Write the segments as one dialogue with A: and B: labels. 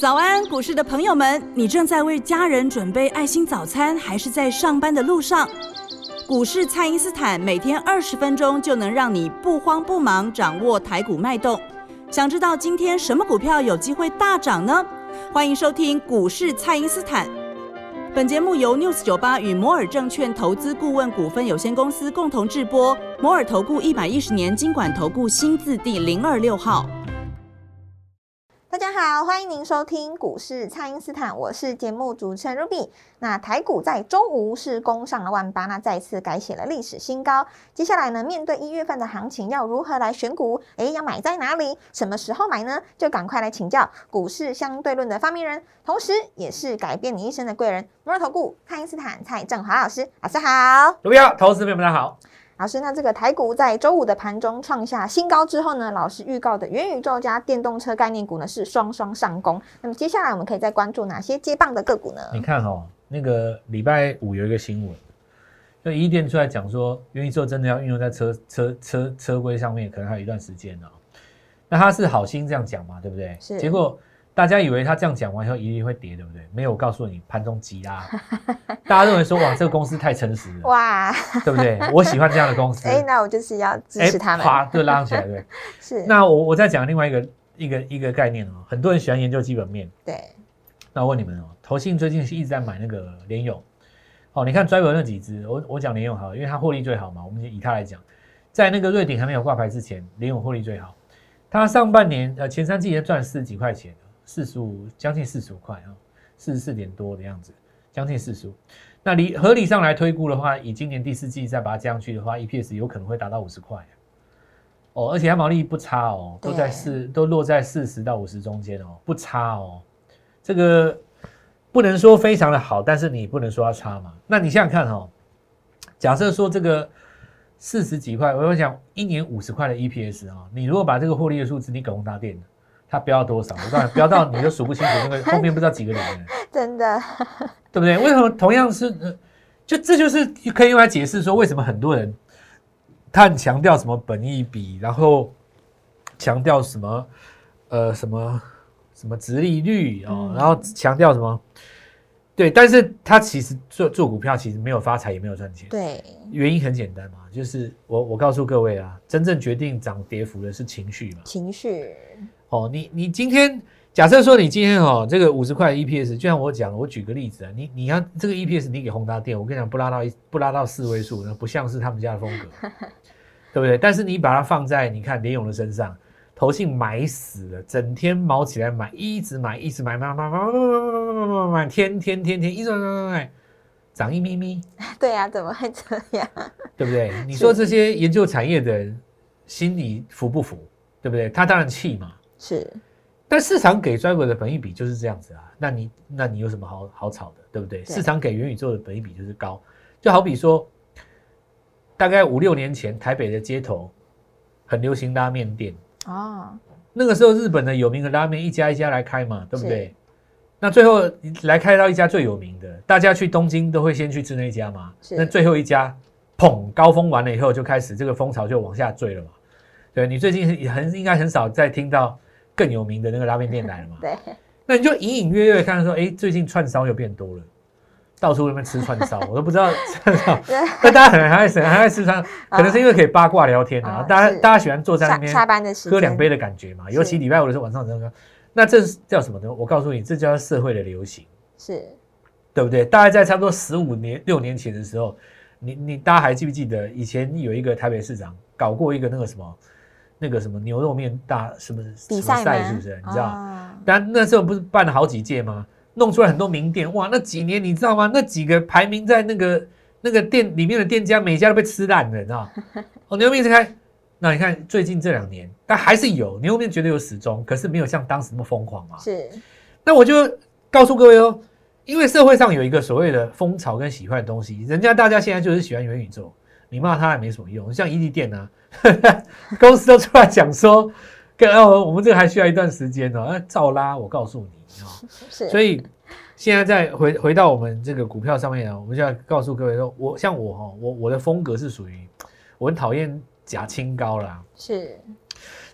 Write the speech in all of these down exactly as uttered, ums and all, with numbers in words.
A: 早安，股市的朋友们，你正在为家人准备爱心早餐，还是在上班的路上？股市蔡因斯坦每天二十分钟就能让你不慌不忙掌握台股脉动。想知道今天什么股票有机会大涨呢？欢迎收听股市蔡因斯坦。本节目由 News 九十八与摩尔证券投资顾问股份有限公司共同制播，摩尔投顾一百一十年金管投顾新字第零二六号。
B: 大家好，欢迎您收听股市蔡因斯坦，我是节目主持人 Ruby。那台股在周五是攻上了万八，那再次改写了历史新高。接下来呢，面对一月份的行情，要如何来选股？诶，要买在哪里？什么时候买呢？就赶快来请教股市相对论的发明人，同时也是改变你一生的贵人——摩尔投顾蔡因斯坦蔡正华老师。老师好。
C: Ruby好，投资朋友们大家好。
B: 老师，那这个台股在周五的盘中创下新高之后呢，老师预告的元宇宙加电动车概念股呢是双双上攻。那么接下来我们可以再关注哪些接棒的个股呢？
C: 你看哦，那个礼拜五有一个新闻，就一电出来讲说，元宇宙真的要运用在车车车车规上面，可能还有一段时间哦。那他是好心这样讲嘛，对不对？
B: 是。
C: 结果大家以为他这样讲完以后一定会跌，对不对？没有，我告诉你，盘中急拉。大家认为说，哇，这个公司太诚实了，哇，对不对？我喜欢这样的公司。
B: 哎，那我就是要支持他们，
C: 啪就拉起来，对。
B: 是。
C: 那我我再讲另外一个一个一个概念哦，很多人喜欢研究基本面。
B: 对。
C: 那我问你们哦，投信最近是一直在买那个联咏。哦，你看 driver 那几只，我我讲联咏好了，因为它获利最好嘛。我们以它来讲，在那个瑞鼎还没有挂牌之前，联咏获利最好。它上半年呃前三季也赚四十几块钱。四十五，将近四十五块啊，四十四点多的样子，将近四十五。那理合理上来推估的话，以今年第四季再把它加上去的话 ，E P S 有可能会达到五十块哦，而且它毛利不差哦，都在四，都落在四十到五十中间哦，不差哦。这个不能说非常的好，但是你不能说它差嘛。那你想想看哦，假设说这个四十几块，我要讲一年五十块的 E P S 啊、哦，你如果把这个获利的数字你给宏达电的。它飙到多少？我告诉你，飙到你都数不清楚，那个后面不知道几个零了，
B: 真的，
C: 对不对？为什么同样是，就这就是可以用来解释说，为什么很多人他很强调什么本益比，然后强调什么呃什么什么殖利率哦，然后强调什么，对，但是他其实做做股票其实没有发财，也没有赚钱，
B: 对，
C: 原因很简单嘛，就是我我告诉各位啊，真正决定涨跌幅的是情绪嘛，
B: 情绪。
C: 哦，你你今天假设说你今天哦这个五十块的 E P S， 就像我讲的，我举个例子啊，你你要这个 E P S 你给宏达电，我跟你讲不拉到不拉到四位数，那不像是他们家的风格，对不对？但是你把它放在你看联咏的身上，投信买死了，整天毛起来买，一直买一直买买买买买买买买，天天天天一直买买买，涨一咪咪。
B: 对啊，怎么会这样？
C: 对不对？你说这些研究产业的人心里服不服？对不对？他当然气嘛。
B: 是，
C: 但市场给 driver 的本益比就是这样子啊，那你那你有什么好好吵的，对不对？对，市场给元宇宙的本益比就是高，就好比说，大概五六年前台北的街头很流行拉面店哦，那个时候日本的有名的拉面一家一家来开嘛，对不对？那最后来开到一家最有名的，大家去东京都会先去吃那一家嘛，那最后一家砰高峰完了以后就开始这个风潮就往下坠了嘛，对，你最近也很应该很少再听到。更有名的那个拉面店来了嘛？
B: 对，
C: 那你就隐隐约约看到说，哎，最近串烧又变多了，到处那边吃串烧，我都不知道串烧。那大家可能还爱很爱吃串，可能是因为可以八卦聊天啊，哦、大家大家喜欢坐在那边
B: 下班的时间
C: 喝两杯的感觉嘛，尤其礼拜五的时候晚上这样。那这是叫什么呢？我告诉你，这叫社会的流行，
B: 是，
C: 对不对？大概在差不多十五年六年前的时候，你你大家还记不记得以前有一个台北市长搞过一个那个什么？那个什么牛肉面大什么
B: 比赛
C: 是不是？你知道？哦、但那时候不是办了好几届吗？弄出来很多名店，哇！那几年你知道吗？那几个排名在那个那个店里面的店家，每家都被吃烂了，你知道？哦，牛肉面是开，那你看最近这两年，但还是有牛肉面绝对有始终，可是没有像当时那么疯狂嘛。
B: 是。
C: 那我就告诉各位哦，因为社会上有一个所谓的风潮跟喜欢的东西，人家大家现在就是喜欢元宇宙。你骂他也没什么用，像一利电啊，公司都出来讲说，跟哦，我们这个还需要一段时间哦，照拉，我告诉你哦。所以现在再回回到我们这个股票上面啊，我们就要告诉各位说，我像我哈，我我的风格是属于我很讨厌假清高啦，
B: 是，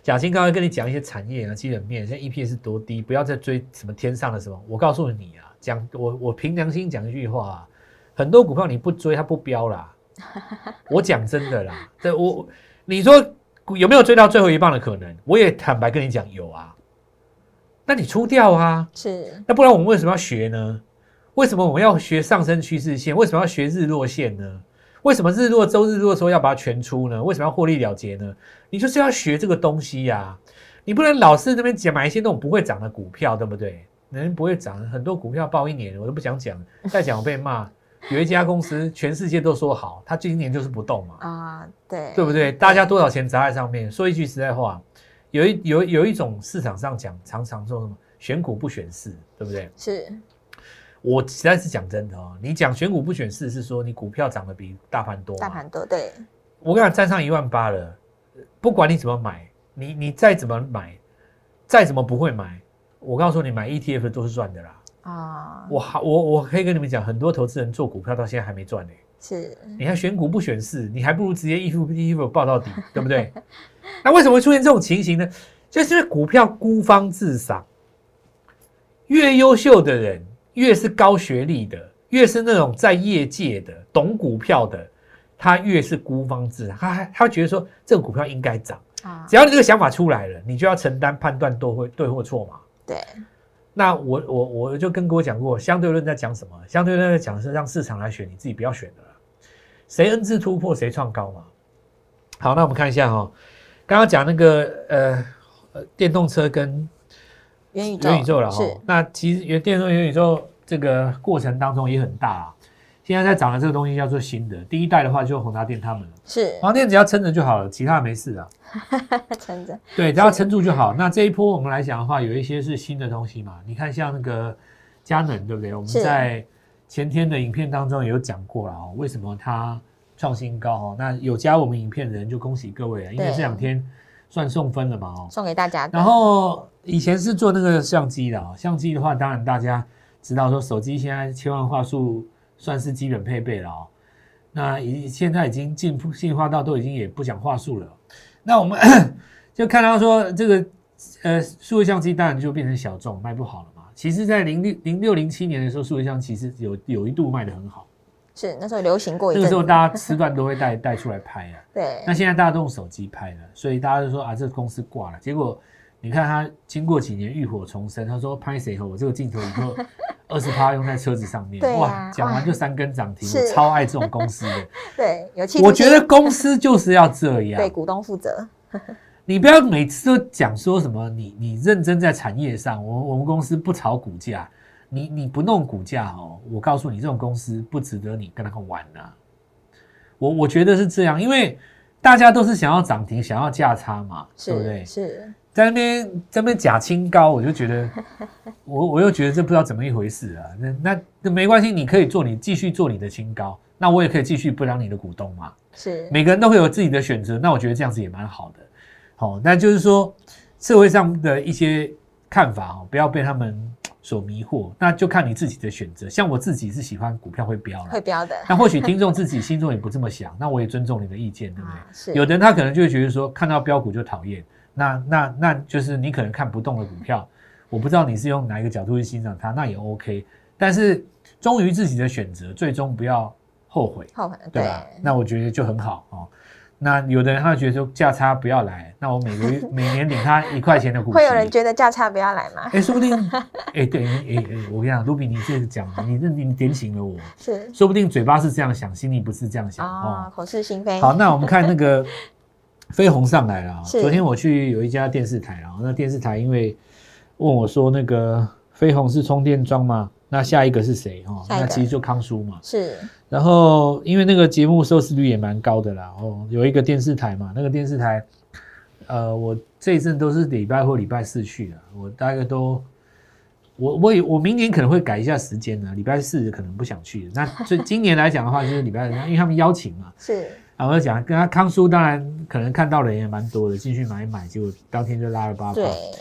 C: 讲新高会跟你讲一些产业啊、基本面，现在 E P S 多低，不要再追什么天上的什么。我告诉你啊，讲我我凭良心讲一句话啊，很多股票你不追它不飙啦。我讲真的啦，这我你说有没有追到最后一棒的可能？我也坦白跟你讲有啊。那你出掉啊？
B: 是。
C: 那不然我们为什么要学呢？为什么我们要学上升趋势线？为什么要学日落线呢？为什么日落周日落说要把它全出呢？为什么要获利了结呢？你就是要学这个东西呀、啊，你不能老是那边讲买一些那种不会涨的股票，对不对？人不会涨，很多股票报一年我都不想讲，再讲我被骂。有一家公司全世界都说好，它今年就是不动嘛，
B: 啊，对，
C: 对不对？大家多少钱砸在上面？说一句实在话，有一有有一种市场上讲，常常说什么选股不选市，对不对？
B: 是。
C: 我实在是讲真的哦，你讲选股不选市是说你股票涨得比大盘多，
B: 大盘多，对。
C: 我跟你讲，站上一万八了，不管你怎么买，你你再怎么买，再怎么不会买，我告诉你，买 E T F 都是赚的啦。啊，我我我可以跟你们讲，很多投资人做股票到现在还没赚呢。
B: 是，
C: 你还选股不选市，你还不如直接 E T F 报到底，对不对？那为什么会出现这种情形呢？就是因为股票孤芳自赏，越优秀的人。越是高学历的，越是那种在业界的懂股票的，他越是孤芳自赏，他他觉得说这个股票应该涨啊。只要你这个想法出来了，你就要承担判断都会对或错嘛。
B: 对。
C: 那我我我就跟各位讲过，相对论在讲什么？相对论在讲是让市场来选，你自己不要选的啦。谁 N 字突破谁创高嘛。好，那我们看一下哈、哦，刚刚讲那个呃呃电动车跟。
B: 元宇宙，
C: 元宇宙了哈。那其实电动元宇宙这个过程当中也很大啊。现在在涨的这个东西叫做新的，第一代的话就宏达电他们了。
B: 是，
C: 宏达电只要撑着就好了，其他的没事啊。
B: 撑着。
C: 对，只要撑住就好。那这一波我们来讲的话，有一些是新的东西嘛。你看像那个佳能，对不对？我们在前天的影片当中也有讲过了哦，为什么它创新高哦？那有加我们影片的人就恭喜各位了，因为这两天算送分了嘛哦，
B: 送给大家。
C: 然后。以前是做那个相机的啊，相机的话，当然大家知道说手机现在千万画素算是基本配备了哦。那已现在已经进进化到都已经也不讲画素了。那我们就看到说这个呃数位相机当然就变成小众卖不好了嘛。其实，在零六零六零七年的时候，数位相机其实有有一度卖得很好。
B: 是那时候流行过一阵，
C: 那个时候大家吃饭都会带带出来拍啊。
B: 对。那
C: 现在大家都用手机拍了，所以大家就说啊，这个公司挂了。结果。你看他经过几年浴火重生，他说拍谁后我这个镜头以后二十趴用在车子上面，
B: 啊、
C: 哇，讲完就三根涨停，我超爱这种公司的。
B: 对，有气。
C: 我觉得公司就是要这样，
B: 对股东负责。
C: 你不要每次都讲说什么你你认真在产业上，我我们公司不炒股价，你你不弄股价哦，我告诉你这种公司不值得你跟他们玩呐、啊。我我觉得是这样，因为大家都是想要涨停，想要价差嘛，对不对？
B: 是。
C: 在那边在那边假清高，我就觉得我我又觉得这不知道怎么一回事啊。那那那没关系，你可以做你继续做你的清高，那我也可以继续不当你的股东嘛。
B: 是，
C: 每个人都会有自己的选择，那我觉得这样子也蛮好的。好、哦，那就是说社会上的一些看法哦，不要被他们所迷惑，那就看你自己的选择。像我自己是喜欢股票会飙了，
B: 会飙的。
C: 那或许听众自己心中也不这么想，那我也尊重你的意见，对不对？
B: 啊、是。
C: 有的人他可能就会觉得说，看到标股就讨厌。那那那就是你可能看不动的股票，我不知道你是用哪一个角度去欣赏它，那也 OK。但是忠于自己的选择，最终不要后悔，
B: 后悔
C: 对吧？对，那我觉得就很好哦。那有的人他觉得说价差不要来，那我每个月每年领他一块钱的股息。
B: 会有人觉得价差不要来吗？
C: 哎，说不定，哎，对，哎哎，我跟你讲，卢比，你这个讲，你你点醒了我，
B: 是，
C: 说不定嘴巴是这样想，心里不是这样想
B: 哦，哦口是心非。
C: 好，那我们看那个。飞鸿上来了，昨天我去有一家电视台啊，那电视台因为问我说那个飞鸿是充电桩吗？那下一个是谁哦？那其实就康舒嘛。
B: 是。
C: 然后因为那个节目收视率也蛮高的啦，哦，有一个电视台嘛，那个电视台，呃，我这一阵都是礼拜或礼拜四去的，我大概都，我我也我明年可能会改一下时间呢，礼拜四可能不想去。那所以今年来讲的话，就是礼拜四，因为他们邀请嘛。
B: 是。
C: 啊，我讲跟他康舒，当然可能看到的人也蛮多的，进去买一买，结果当天就拉了八趴。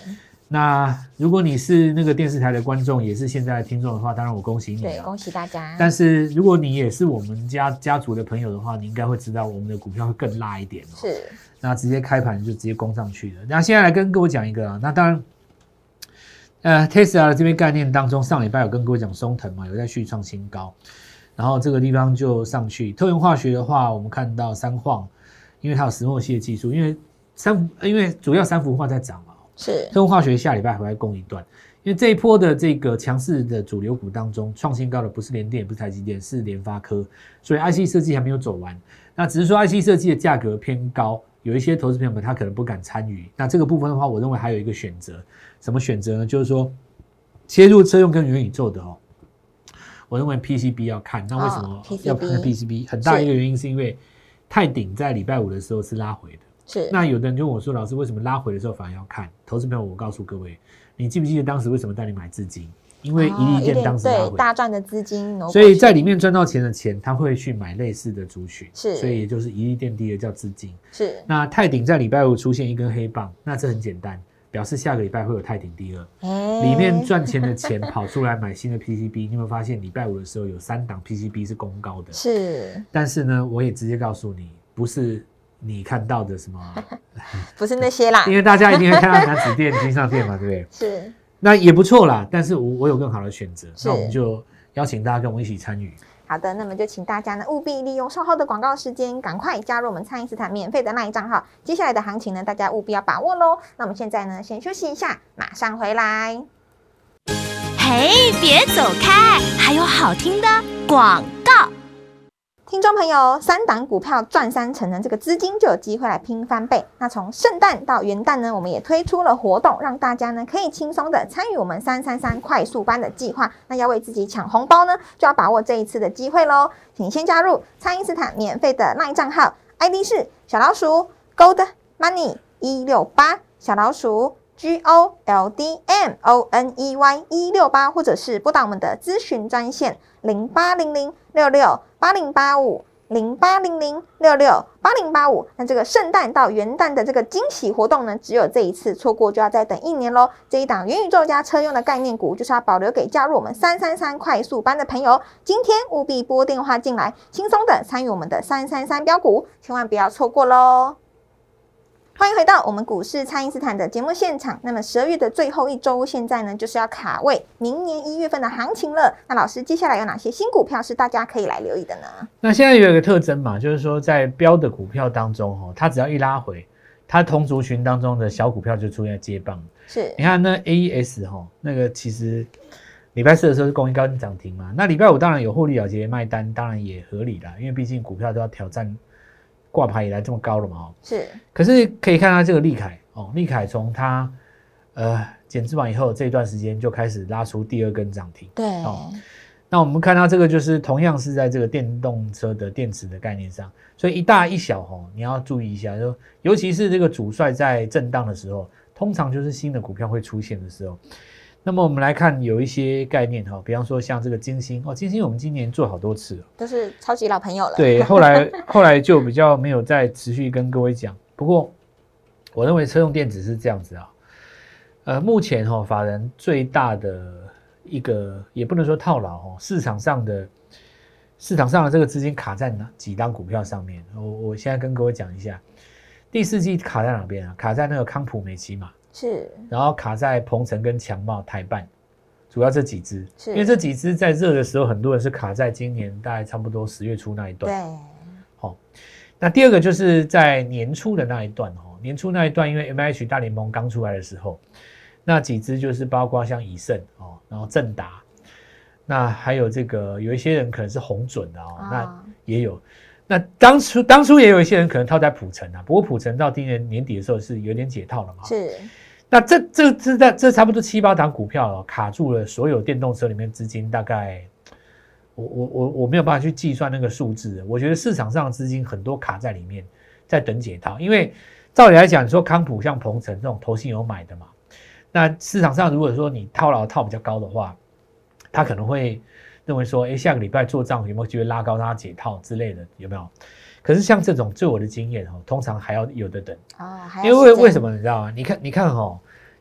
C: 那如果你是那个电视台的观众，也是现在的听众的话，当然我恭喜你了，
B: 对，恭喜大家。
C: 但是如果你也是我们家家族的朋友的话，你应该会知道我们的股票会更辣一点哦。
B: 是，
C: 那直接开盘就直接攻上去了。那现在来跟各位讲一个啊，那当然，呃 ，Tesla 的这边概念当中，上礼拜有跟各位讲松腾嘛，有在续创新高，然后这个地方就上去。特用化学的话，我们看到三晃，因为它有石墨烯的技术，因为三因为主要三氟化在涨嘛。
B: 是
C: 特用化学下礼拜还会攻一段，因为这一波的这个强势的主流股当中，创新高的不是联电，也不是台积电，是联发科，所以 I C 设计还没有走完。那只是说 I C 设计的价格偏高，有一些投资朋友们他可能不敢参与。那这个部分的话，我认为还有一个选择，什么选择呢？就是说切入车用跟元宇宙的哦，我认为 P C B 要看。那为什么要看 P C B？、哦、很大一个原因是因为泰鼎在礼拜五的时候是拉回的。
B: 是，
C: 那有的人就问我说：“老师，为什么拉回的时候反而要看？”投资朋友，我告诉各位，你记不记得当时为什么带你买资金？因为一利电当时拉回，
B: 对大赚的资金，
C: 所以在里面赚到钱的钱，他会去买类似的族群，
B: 是，
C: 所以也就是一利电第一个叫资金。
B: 是，
C: 那泰鼎在礼拜五出现一根黑棒，那这很简单，表示下个礼拜会有泰鼎第二，欸、里面赚钱的钱跑出来买新的 P C B。你有没有发现礼拜五的时候有三档 P C B 是攻高的？
B: 是，
C: 但是呢，我也直接告诉你，不是。你看到的什么？
B: 不是那些啦，
C: 因为大家一定会看到南子电、金上电嘛，对不对？
B: 是，
C: 那也不错啦。但是我我有更好的选择，那我们就邀请大家跟我们一起参与。
B: 好的，那么就请大家呢务必利用稍后的广告时间，赶快加入我们蔡因斯坦免费的 LINE 账号。接下来的行情呢，大家务必要把握喽。那我们现在呢，先休息一下，马上回来。
D: 嘿，别走开，还有好听的广告。
B: 听众朋友，三档股票赚三成呢，这个资金就有机会来拼翻倍。那从圣诞到元旦呢，我们也推出了活动，让大家呢可以轻松的参与我们三三三快速班的计划。那要为自己抢红包呢，就要把握这一次的机会咯。请先加入蔡因斯坦免费的 LINE 账号 ，I D 是小老鼠 Gold Money 一六八，小老鼠 G O L D M O N E Y 一六八，或者是拨打我们的咨询专线零八零零六六八零八五零八零零六六八零八五。那这个圣诞到元旦的这个惊喜活动呢，只有这一次，错过就要再等一年咯。这一档元宇宙加车用的概念股，就是要保留给加入我们三三三快速班的朋友。今天务必拨电话进来，轻松的参与我们的三三三标股，千万不要错过咯。欢迎回到我们股市蔡因斯坦的节目现场。那么十二月的最后一周，现在呢就是要卡位明年一月份的行情了。那老师，接下来有哪些新股票是大家可以来留意的呢？
C: 那现在有一个特征嘛，就是说在标的股票当中，哦，它只要一拉回，它同族群当中的小股票就出现接棒。
B: 是，
C: 你看那 A E S 哈，那个其实礼拜四的时候是攻一高涨停嘛，那礼拜五当然有获利了结卖单，当然也合理啦，因为毕竟股票都要挑战挂牌以来这么高了嘛，
B: 是。
C: 可是可以看到这个立凯哦，立凯从它呃减资完以后这一段时间就开始拉出第二根涨停，
B: 对
C: 哦。那我们看到这个就是同样是在这个电动车的电池的概念上，所以一大一小哦，你要注意一下，就尤其是这个主帅在震荡的时候，通常就是新的股票会出现的时候。那么我们来看有一些概念哈，比方说像这个金星哦，金星我们今年做好多次了，
B: 都是超级老朋友了。
C: 对，后来后来就比较没有再持续跟各位讲。不过我认为车用电子是这样子啊，呃，目前哈、哦、法人最大的一个也不能说套牢哦，市场上的市场上的这个资金卡在哪几档股票上面？我我现在跟各位讲一下，第四季卡在哪边啊？卡在那个康普美奇玛。
B: 是，
C: 然后卡在鹏程跟强茂台半，主要这几只，
B: 是
C: 因为这几只在热的时候，很多人是卡在今年大概差不多十月初那一段。
B: 对，
C: 好、哦，那第二个就是在年初的那一段哦，年初那一段，因为 M H 大联盟刚出来的时候，那几只就是包括像以盛哦，然后正达，那还有这个有一些人可能是红准的哦，啊、那也有。那当初当初也有一些人可能套在普成啊，不过普成到今年年底的时候是有点解套了嘛。
B: 是。
C: 那这这这这这差不多七八档股票哦，卡住了所有电动车里面资金，大概我我我我没有办法去计算那个数字。我觉得市场上的资金很多卡在里面，在等解套。因为照理来讲，你说康普像鹏程这种投信有买的嘛，那市场上如果说你套牢套比较高的话，他可能会认为说，哎，下个礼拜做账有没有机会拉高它解套之类的，有没有？可是像这种，就我的经验哦，通常还要有的等
B: 哦，
C: 因为为为什么你知道吗？你看，你看哦，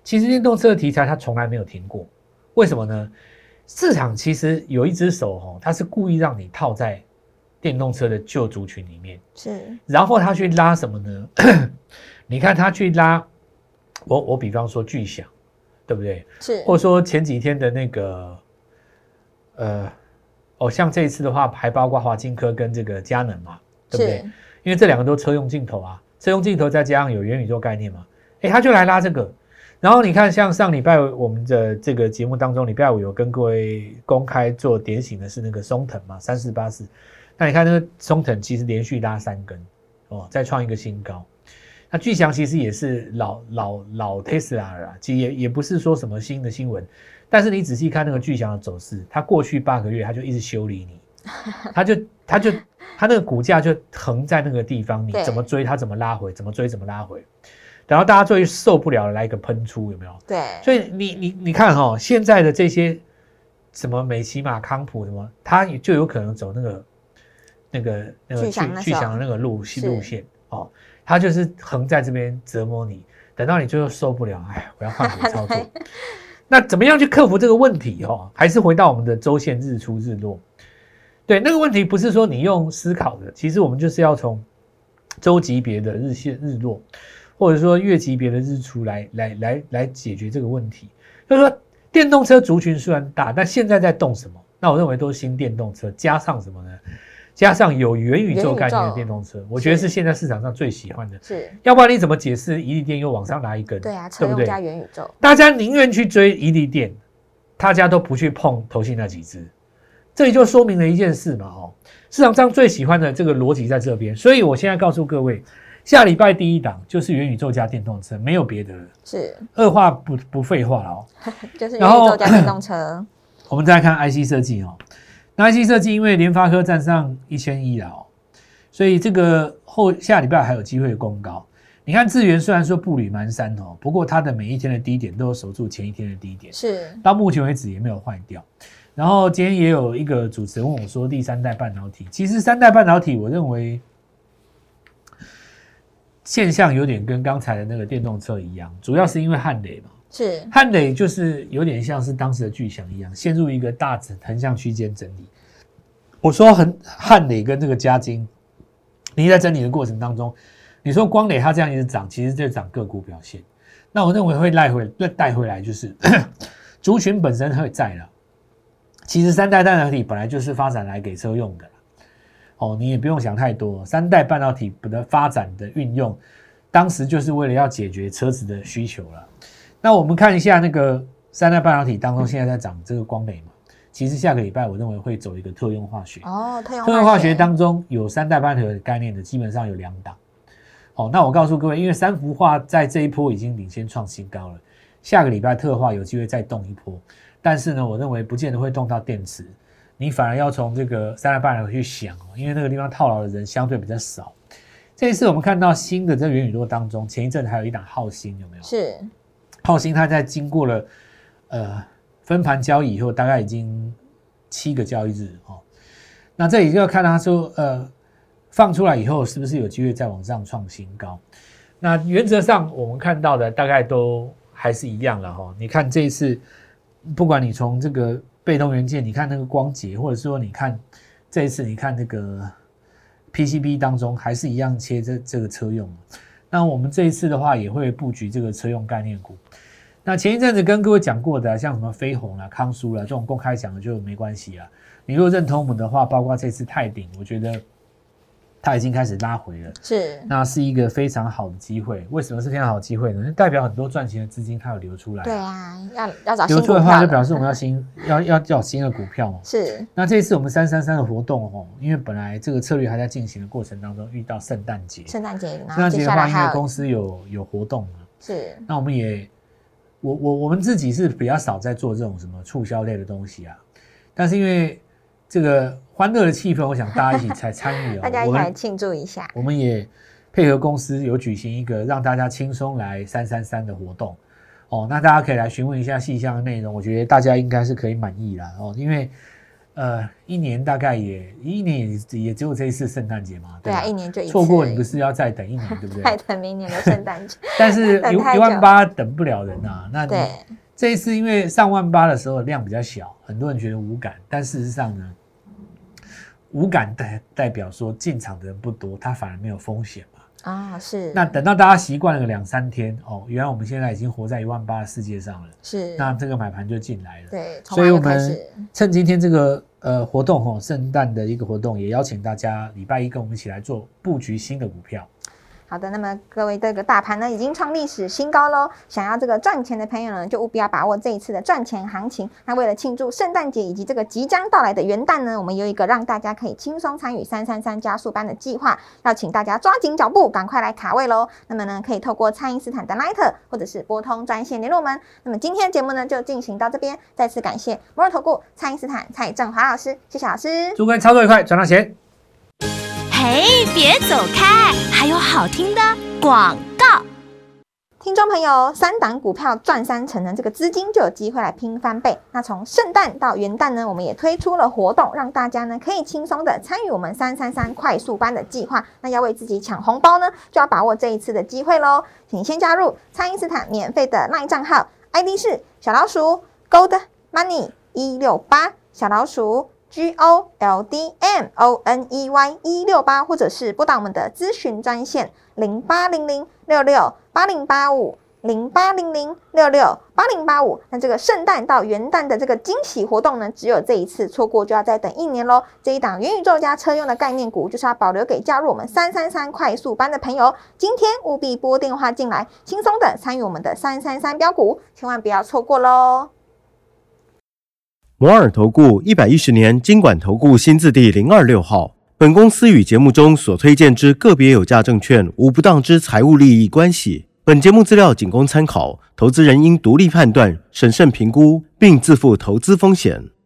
C: 其实电动车的题材它从来没有停过，为什么呢？市场其实有一只手哦，它是故意让你套在电动车的旧族群里面，
B: 是，
C: 然后它去拉什么呢？你看它去拉，我我比方说巨响，对不对？
B: 是，
C: 或者说前几天的那个，呃，哦，像这一次的话，还包括华金科跟这个佳能嘛，对不对？因为这两个都车用镜头啊，车用镜头再加上有元宇宙概念嘛，哎，他就来拉这个。然后你看，像上礼拜我们的这个节目当中，礼拜五有跟各位公开做点醒的是那个松腾嘛，三四八四。那你看那个松腾其实连续拉三根哦，再创一个新高。那巨翔其实也是老老老 Tesla 啦，其实也也不是说什么新的新闻，但是你仔细看那个巨翔的走势，它过去八个月它就一直修理你，它就它就它那个股价就横在那个地方，你怎么追它怎么拉回，怎么追怎么拉回，然后大家最受不了来一个喷出，有没有？
B: 对，
C: 所以你你你看哈、哦，现在的这些什么美骑马、康普什么，它也就有可能走那个那个那个巨巨翔的那个路路线哦。它就是横在这边折磨你，等到你最后受不了，哎，我要换股操作。那怎么样去克服这个问题？哦，还是回到我们的周线日出日落。对，那个问题不是说你用思考的，其实我们就是要从周级别的日线日落，或者说月级别的日出来来来来解决这个问题。就是说，电动车族群虽然大，但现在在动什么？那我认为都是新电动车，加上什么呢？加上有元宇宙概念的电动车，我觉得是现在市场上最喜欢的。
B: 是，
C: 要不然你怎么解释移力电又往上拉一根？
B: 对啊，车用加元宇宙，
C: 大家宁愿去追移力电，大家都不去碰投信那几只，这里就说明了一件事嘛，哦，市场上最喜欢的这个逻辑在这边。所以我现在告诉各位，下礼拜第一档就是元宇宙加电动车，没有别的了。
B: 是，
C: 二话不不废话了哦，
B: 就是元宇宙加电动车。
C: 我们再来看 I C 设计哦。那 I C 设计因为联发科站上一千一了哦，所以这个后下礼拜还有机会攻高。你看智原虽然说步履蹒跚哦，不过它的每一天的低点都有守住前一天的低点，
B: 是
C: 到目前为止也没有坏掉。然后今天也有一个主持人问我说，第三代半导体，其实三代半导体我认为现象有点跟刚才的那个电动车一样，主要是因为汉磊嘛。
B: 是
C: 汉磊就是有点像是当时的巨响一样，陷入一个大横向区间整理。我说很汉磊跟这个嘉晶，你在整理的过程当中，你说光磊它这样一直涨，其实就涨个股表现。那我认为会带回带回来就是族群本身会在了。其实三代半导体本来就是发展来给车用的啦，哦，你也不用想太多。三代半导体的发展的运用，当时就是为了要解决车子的需求了。那我们看一下那个三代半导体当中，现在在涨这个光磊嘛，其实下个礼拜我认为会走一个特用化学。
B: 哦，特用化学。
C: 特用化学当中有三代半导体的概念的，基本上有两档。哦，那我告诉各位，因为三氟化在这一波已经领先创新高了，下个礼拜特化有机会再动一波，但是呢，我认为不见得会动到电池，你反而要从这个三代半导体去想哦，因为那个地方套牢的人相对比较少。这一次我们看到新的这个元宇宙当中，前一阵还有一档浩星，有没有？
B: 是。
C: 浩星它在经过了呃分盘交易以后，大概已经七个交易日哦。那这里就要看它说呃放出来以后是不是有机会再往上创新高。那原则上我们看到的大概都还是一样了哈、哦。你看这一次，不管你从这个被动元件，你看那个光捷，或者说你看这一次你看那个 P C B 当中，还是一样切这这个车用。那我们这一次的话也会布局这个车用概念股。那前一阵子跟各位讲过的、啊，像什么飞鸿啦、康舒啦这种公开讲的就没关系啦。你如果认同我们的话，包括这次泰鼎，我觉得它已经开始拉回了，
B: 是，
C: 那是一个非常好的机会。为什么是非常好的机会呢？代表很多赚钱的资金它有流出来。
B: 对啊，要要找新股票
C: 流出的话，就表示我们要新要要找新的股票嘛。
B: 是。
C: 那这一次我们三三三的活动哦，因为本来这个策略还在进行的过程当中，遇到圣诞节，
B: 圣诞节，
C: 圣诞节的话，因为公司有有活动嘛，
B: 是。
C: 那我们也，我我我们自己是比较少在做这种什么促销类的东西啊，但是因为这个欢乐的气氛，我想大家一起才参与哦，
B: 大家一起来庆祝一下。
C: 我们也配合公司有举行一个让大家轻松来三三三的活动哦，那大家可以来询问一下细项的内容，我觉得大家应该是可以满意啦哦，因为呃，一年大概也一年也也只有这一次圣诞节嘛，
B: 对啊，一年就一次，
C: 错过你不是要再等一年，对不对？
B: 再等明年的圣诞节，
C: 但是一一万八等不了人啊。那你这一次因为上万八的时候量比较小，很多人觉得无感，但事实上呢，无感代代表说进场的人不多，它反而没有风险嘛。
B: 啊、哦，是。
C: 那等到大家习惯了个两三天哦，原来我们现在已经活在一万八的世界上了，
B: 是。
C: 那这个买盘就进来了，
B: 对，
C: 所以我们趁今天这个呃活动哦，圣诞的一个活动，也邀请大家礼拜一跟我们一起来做布局新的股票。
B: 好的，那么各位这个大盘呢已经创历史新高喽，想要这个赚钱的朋友呢，就务必要把握这一次的赚钱行情。那为了庆祝圣诞节以及这个即将到来的元旦呢，我们有一个让大家可以轻松参与三三三加速班的计划，要请大家抓紧脚步，赶快来卡位喽。那么呢，可以透过蔡因斯坦的 Line 或者是拨通专线联络我们。那么今天的节目呢就进行到这边，再次感谢摩尔投顾蔡因斯坦蔡正华老师，谢谢老师，
C: 祝各位操作愉快，赚到钱。
D: 嘿，别走开，还有好听的广告。
B: 听众朋友，三档股票赚三成呢，这个资金就有机会来拼翻倍。那从圣诞到元旦呢，我们也推出了活动，让大家呢可以轻松的参与我们三三三快速班的计划。那要为自己抢红包呢，就要把握这一次的机会咯。请先加入蔡因斯坦免费的 LINE 账号 ，I D 是小老鼠 Gold Money 一六八，小老鼠G O L D M O N E Y 一六八，或者是拨打我们的咨询专线零八零零六六八零八五零八零零六六八零八五。那这个圣诞到元旦的这个惊喜活动呢，只有这一次，错过就要再等一年咯。这一档元宇宙加车用的概念股，就是要保留给加入我们三三三快速班的朋友。今天务必拨电话进来，轻松的参与我们的三三三标股，千万不要错过咯。
E: 摩尔投顾一百一十年金管投顾新字第零二六号。本公司与节目中所推荐之个别有价证券无不当之财务利益关系。本节目资料仅供参考，投资人应独立判断、审慎评估，并自负投资风险。